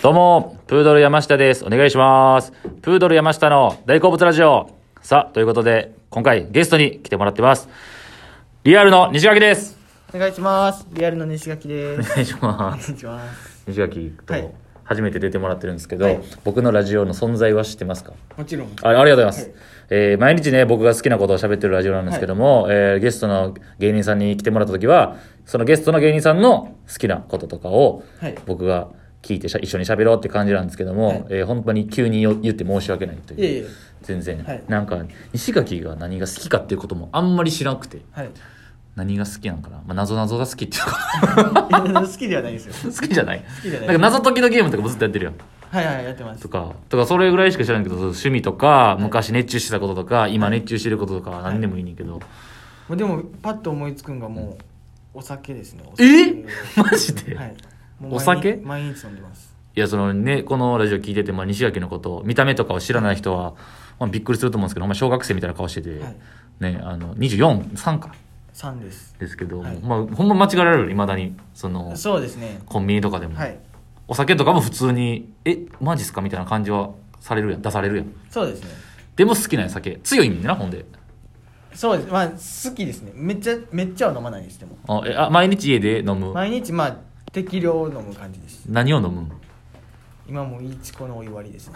どうも、プードル山下です。お願いします。プードル山下の大好物ラジオ。さあ、ということで、今回ゲストに来てもらってます。リアルの西垣です。 お願いします。リアルの西垣です。 お願いします。 お願いします。 西垣と初めて出てもらってるんですけど、 はい、 僕のラジオの存在は知ってますか？ もちろん。 ありがとうございます。 はい、 毎日ね、僕が好きなことを喋ってるラジオなんですけども、ゲストの芸人さんに来てもらった時は、そのゲストの芸人さんの好きなこととかを、僕が聞いて一緒に喋ろうって感じなんですけども、本当に急に言って申し訳ないという。全然、なんか西垣が何が好きかっていうこともあんまり知らなくて、何が好きなのかな、謎々が好きっていうか好きではないですよ。 好きじゃない。なんか謎解きのゲームとかもずっとやってるやん。 やってます。 とかそれぐらいしか知らないけど、趣味とか昔熱中してたこととか、今熱中してることとか何でもいいねんけど、 でもパッと思いつくんがもうお酒ですね。 マジで？お酒毎日飲んでます。 いや、そのね、このラジオ聞いてて、西垣のこと見た目とかを知らない人は、びっくりすると思うんですけど、小学生みたいな顔してて、ね、24、3か 3ですけど、ほんま間違えられる、未だにそうですね。 コンビニとかでも、お酒とかも普通にマジっすかみたいな感じはされるやん、出されるやん。 そうですね。 でも好きな酒強いんだな、ほんで。 そうです。好きですね。めっちゃは飲まないです。でも毎日家で飲む？毎日適量飲む感じです。 何を飲む？ 今もういちこのお湯割りですね。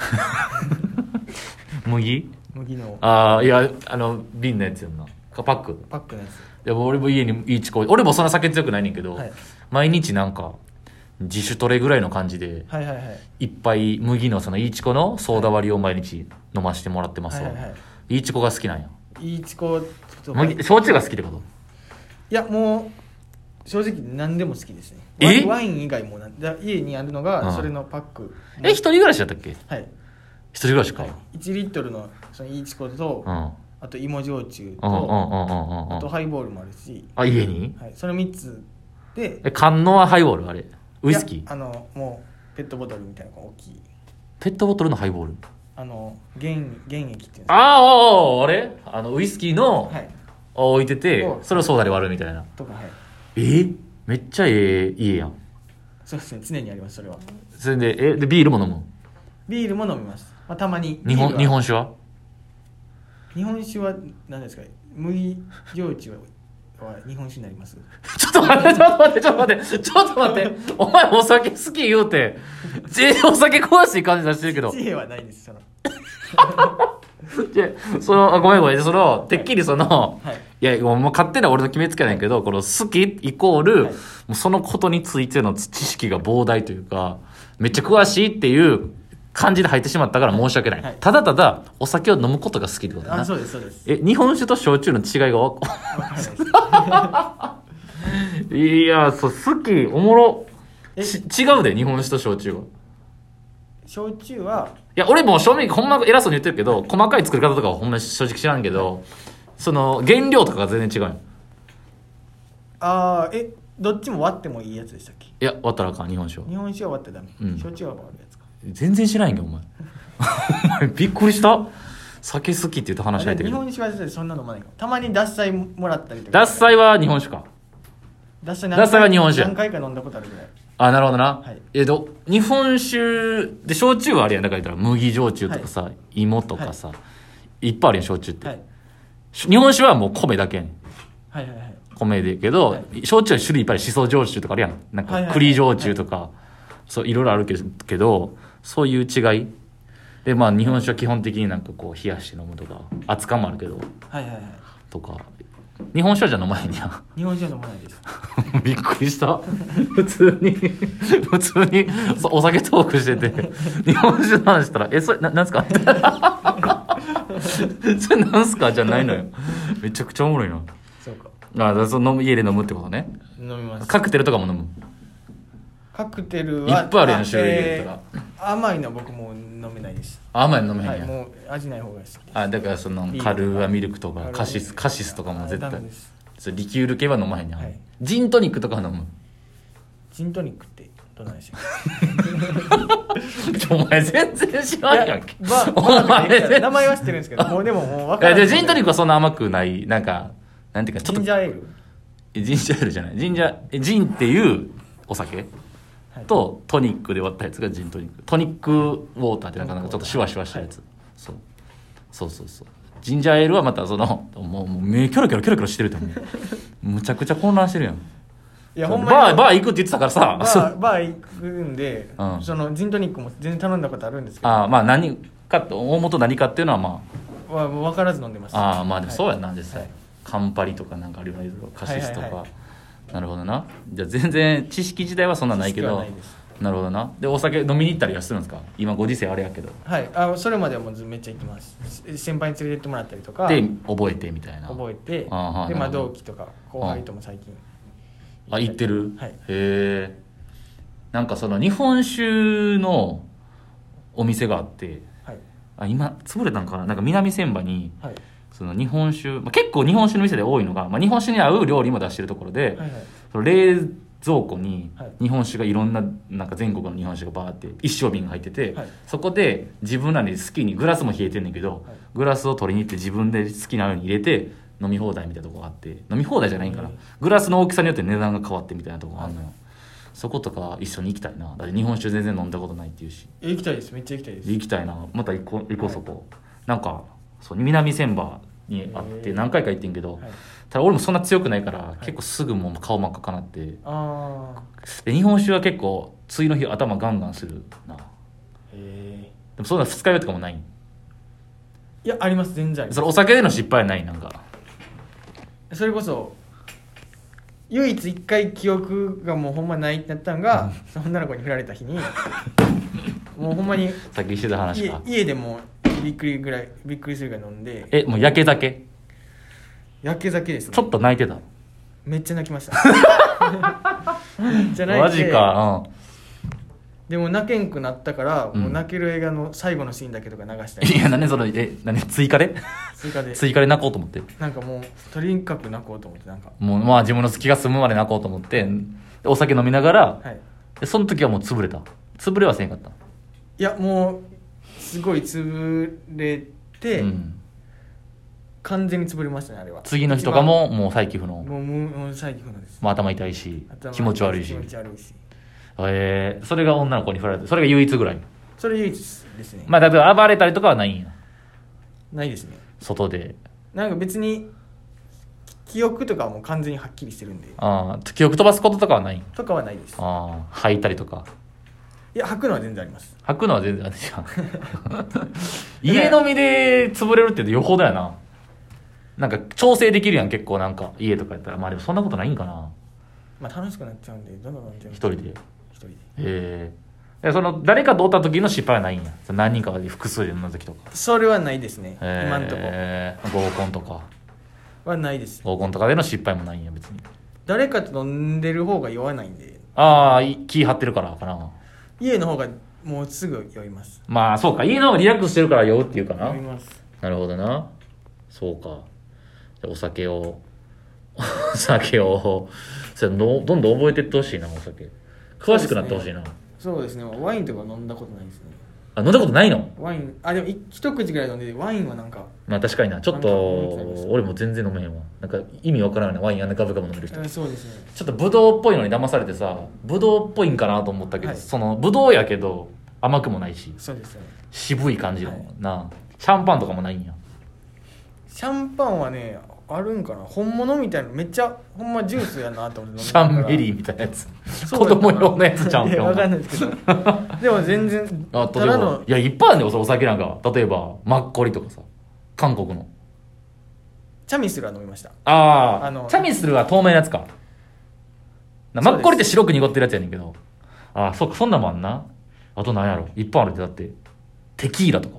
麦のいや瓶のやつやんな。パックのやつ。 いや俺も家にいちこ、俺もそんな酒強くないねんけど、毎日なんか自主トレぐらいの感じで、いっぱい麦のそのいちこのソーダ割りを毎日飲ませてもらってますわ。いちこが好きなんや。 いちこ焼酎が好きってこと？ いや、もう正直何でも好きですね。ワイン以外も家にあるのがそれのパック。 一人暮らしだったっけ？ はい。 一人暮らしか。 1リットルのそのいちこと、あと芋焼酎と、あとハイボールもあるし。 家に？ はい。その3つで。 缶のハイボールあれ？ウイスキー？ もうペットボトルみたいな大きい。 ペットボトルのハイボール？ 原液っていうんですか。 あれウイスキーの置いてて、それをソーダで割るみたいな。 とか、 めっちゃ家やん。 そうですね、常にあります。それは。 それでビールも飲む？ ビールも飲みます。たまに。 日本酒は？ 日本酒は何ですか？麦焼酎は日本酒になります？ ちょっと待ってお前お酒好き言うてお酒詳しい感じ出してるけど。 知恵はないです。 ごめんてっきりいやもう勝手な俺の決めつけないけど、この好きイコール、もうそのことについての知識が膨大というか、めっちゃ詳しいっていう感じで入ってしまったから申し訳ない、ただただお酒を飲むことが好きってことだな。 そうです日本酒と焼酎の違いが分かんないいや好きおもろ違うで、日本酒と焼酎は。 焼酎はいや俺も正味ほんま偉そうに言ってるけど、細かい作り方とかはほんまに正直知らんけど、その原料とかが全然違うよ。 どっちも割ってもいいやつでしたっけ？ いや割ったらあかん。日本酒は割ってダメ、焼酎は割るやつか。 全然知らんやんけお前お前びっくりした。酒好きって言って話し合えてるけど、 日本酒はそんなの飲まないか。たまに獺祭もらったりとか。 獺祭は日本酒か。 獺祭は日本酒。 何回か飲んだことあるぐらい。 なるほどな。日本酒で焼酎はあれやん。だから言ったら麦焼酎とかさ、芋とかさ、いっぱいあるやん焼酎って、日本酒はもう米だけやねん。米でけど、焼酎は種類いっぱいある。しそ焼酎とかあるやん。なんか栗焼酎とか、そういろいろあるけど、そういう違いで、日本酒は基本的になんかこう冷やして飲むとか、熱燗もあるけど、とか。日本酒はじゃ飲まへんや。 日本酒は飲まないです。 びっくりした。普通にお酒トークしてて、日本酒の話したら、それなんすかそれなんすかじゃないのよ。めちゃくちゃおもろいな。 そうか。 家で飲むってことね。 飲みます。 カクテルとかも飲む？ カクテルはいっぱいあるやん、種類で言ったら。甘いの僕も飲めないです。 甘いの飲めへんや。 もう味ない方が好きです。 だからカルーアミルクとかカシスとかも絶対。リキュール系は飲まへんやん。ジントニックとかは飲む？ ジントニックってどないしお前全然知らんやんけ。 お前名前は知ってるんですけど、もう分からない。 ジントニックはそんな甘くない、なんていうかちょっとジンジャーエール？ ジンジャーエールじゃない。ジンっていうお酒とトニックで割ったやつがジントニック。トニックウォーターってなんかちょっとシュワシュワしたやつ、そうジンジャーエールはまたそのもう目キョロキョロしてるってもうむちゃくちゃ混乱してるやん。 いやほんまにバー行くって言ってたからさ、 バー行くんで、そのジントニックも全然頼んだことあるんですけど、 まあ何か大元何かっていうのはまあ分からず飲んでます。 まあでもそうやな、実際、カンパリとかなんかあるよね、カシスとか、なるほどな。じゃあ全然知識自体はそんなないけど、なるほどな。でお酒飲みに行ったりはするんですか？今ご時世あれやけど。 それまではもうめっちゃ行きます。先輩に連れてってもらったりとかで覚えてみたいな。 覚えて、で同期とか後輩とも最近行ってる。 はい。 へえ。なんかその日本酒のお店があって、今潰れたんかな。なんか南千葉に、その日本酒、結構日本酒の店で多いのが、日本酒に合う料理も出してるところで、その冷蔵庫に日本酒がいろんな、なんか全国の日本酒がバーって一升瓶が入ってて、そこで自分らに好きにグラスも冷えてんねんけど、グラスを取りに行って自分で好きなように入れて飲み放題みたいなとこがあって、飲み放題じゃないんかな、グラスの大きさによって値段が変わってみたいなとこがあるのよ。そことか一緒に行きたいな。だって日本酒全然飲んだことないっていうし。 行きたいです。めっちゃ行きたいです。 行きたいな。また行こうそこ。なんかそう南千葉にあって何回か行ってんけど、ただ俺もそんな強くないから、結構すぐもう顔真っ赤かなって。で日本酒は結構次の日頭ガンガンするな。でもそんな二日酔いとかもない？ いやあります、全然あります。 それお酒での失敗はない？なんかそれこそ唯一一回記憶がもうほんまないってなったのが、その女の子に振られた日にもうほんまにさっきしてた話か。 家でもびっくりするぐらい飲んで。 もう焼け酒ですね。ちょっと泣いてた？ めっちゃ泣きましためっちゃ泣いて。 マジか。 でも泣けんくなったから、もう泣ける映画の最後のシーンだけとか流したり。 いや何その追加で泣こうと思って。 なんかもうとにかく泣こうと思って、なんかもう自分の気が済むまで泣こうと思って、お酒飲みながら、でその時はもう潰れはせんかった？ いやもうすごい潰れて、完全に潰れましたね、あれは。 次の日とかももう再起不能？ もう再起不能です。 頭痛いし気持ち悪いし。それが女の子に振られて、それが唯一ぐらい？ それ唯一ですね。 例えば暴れたりとかはないんや？ ないですね。 外でなんか別に記憶とかはもう完全にはっきりしてるんで。 記憶飛ばすこととかはない？ とかはないです。 吐いたりとか？ いや吐くのは全然あります。 吐くのは全然あるじゃん家飲みで潰れるってよほどやな。なんか調整できるやん、結構。なんか家とかやったら。でもそんなことないんかな。 楽しくなっちゃうんでどんどん一人で。その誰かとおった時の失敗はないんや？何人かで複数で飲んだ時とか。 それはないですね、今んとこ。 合コンとかはないです。 合コンとかでの失敗もないんや別に。 誰かと飲んでる方が酔わないんで。 気張ってるからかな。 家の方がもうすぐ酔います。 そうか、家の方がリラックスしてるから酔うっていうかな。 酔います。 なるほどな。そうか。じゃあお酒をどんどん覚えてってほしいな。お酒詳しくなってほしいな。 そうですね。ワインとか飲んだことないですね。 飲んだことないの？ ワインでも一口ぐらい飲んで、ワインはなんか確かにな。ちょっと俺も全然飲めへんわ。なんか意味わからないな、ワインあんなガブガブ飲める人。 そうですね。 ちょっとブドウっぽいのに騙されてさ、ブドウっぽいんかなと思ったけど、そのブドウやけど甘くもないし、 そうですね、 渋い感じの、シャンパンとかもないんや。 シャンパンはねあるんかな、本物みたいな、めっちゃほんまジュースやなと思ってシャンメリーみたいなやつ子供用のやつちゃうんか。 分かんないですけどでも全然ただのいっぱいあるんだよお酒なんか。例えばマッコリとかさ、韓国のチャミスルは飲みました。 チャミスルは透明なやつか。マッコリって白く濁ってるやつやねんけど。そうか、そんなんもあんな。あと何やろ、いっぱいあるって。だってテキーラとか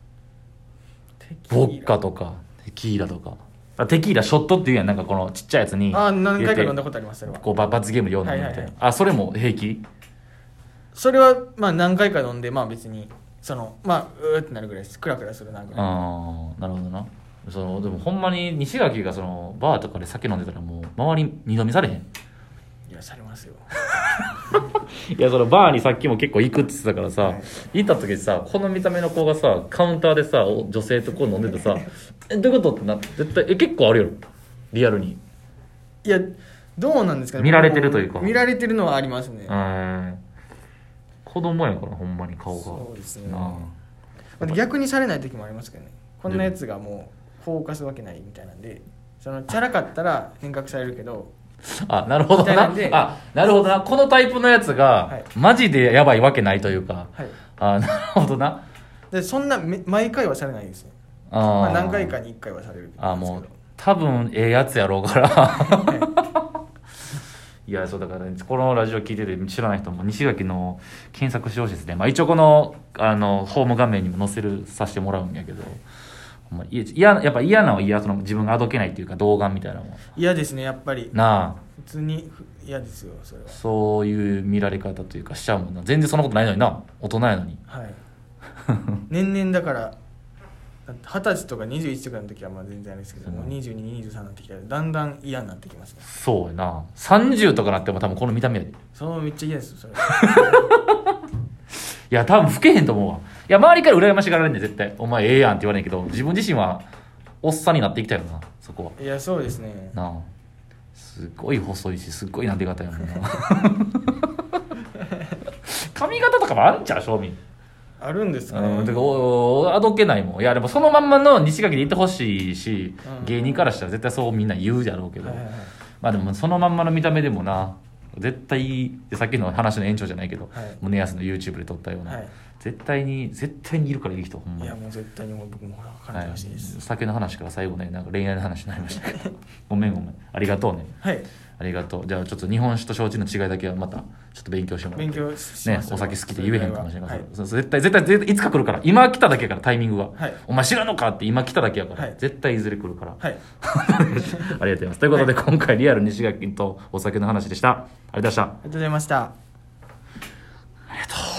ボッカとかテキーラとか。テキーラショットっていうやん、なんかこのちっちゃいやつに何回か飲んだことあります。それはこう罰ゲーム用のみたいな。それも平気？ それは何回か飲んで、別にうーってなるぐらいです。クラクラするなぐらい。 なるほどな。でもほんまに西垣がバーとかで酒飲んでたらもう周り二度見されへん？ いや、されますよいや、バーにさっきも結構行くって言ってたからさ、行った時にさ、この見た目の子がさカウンターでさ女性とこう飲んでてさどういうことってなって、絶対結構あるよリアルに。 いや、どうなんですかね。 見られてるというか。 見られてるのはありますね。 子供やからほんまに顔がそうですねなあ。 逆にされない時もありますけどね。こんなやつがもうフォーカスわけないみたいなんで、そのチャラかったら変革されるけど、 あ、なるほどな。あ、なるほどな。このタイプのやつが、はい、マジでやばいわけないというか。はい、あ、なるほどな。で、 そんな毎回はされないですね。まあ、何回かに1回はされるけど。 あ、もう多分ええやつやろうから。はい、いや、そうだから、ね、このラジオ聞いてて知らない人も西垣の検索してほしいですね。まあ一応この、ホーム画面にも載せさせてもらうんやけど。やっぱ嫌なのは嫌、その自分があどけないっていうか童顔みたいなのも嫌ですね、やっぱりなあ。 普通に嫌ですよ、それは。 そういう見られ方というかしちゃうもんな。全然そんなことないのにな、大人やのに。 はい年々だから20歳とか21とかの時はまあ全然あれですけども、22、23になってきたらだんだん嫌になってきますね。 そうやな。30とかなっても多分この見た目やで。 そう、めっちゃ嫌ですよそれ。 いや多分老けへんと思うわ。いや周りから羨ましがられんねん絶対。お前ええやんって言われんけど、自分自身はおっさんになっていきたいよな、そこは。 いやそうですね。 なあ、すごい細いしすっごいなで方やもんな。髪型とかもあるんちゃう、正味。 あるんですかね。 てかあどけないもん。いやでもそのまんまの西垣でいてほしいし、芸人からしたら絶対そうみんな言うじゃろうけど、まあでもそのまんまの見た目でもな、絶対さっきの話の延長じゃないけど、宗安の YouTube で撮ったような、絶対にいるからいい人、ほんまに。 いやもう絶対に僕も感じほしいです、 酒の話から最後ね、なんか恋愛の話になりましたけどごめんありがとうね。 はい、 ありがとう。じゃあちょっと日本酒と焼酎の違いだけはまたちょっと勉強してもらって。 勉強しますね、お酒好きで言えへんかもしれない、絶対いつか来るから。今来ただけやからタイミングは、お前知らんのかって今来ただけやから、絶対いずれ来るから、ありがとうございます。ということで、今回リアル西垣とお酒の話でした。ありがとうございました。 ありがとうございました。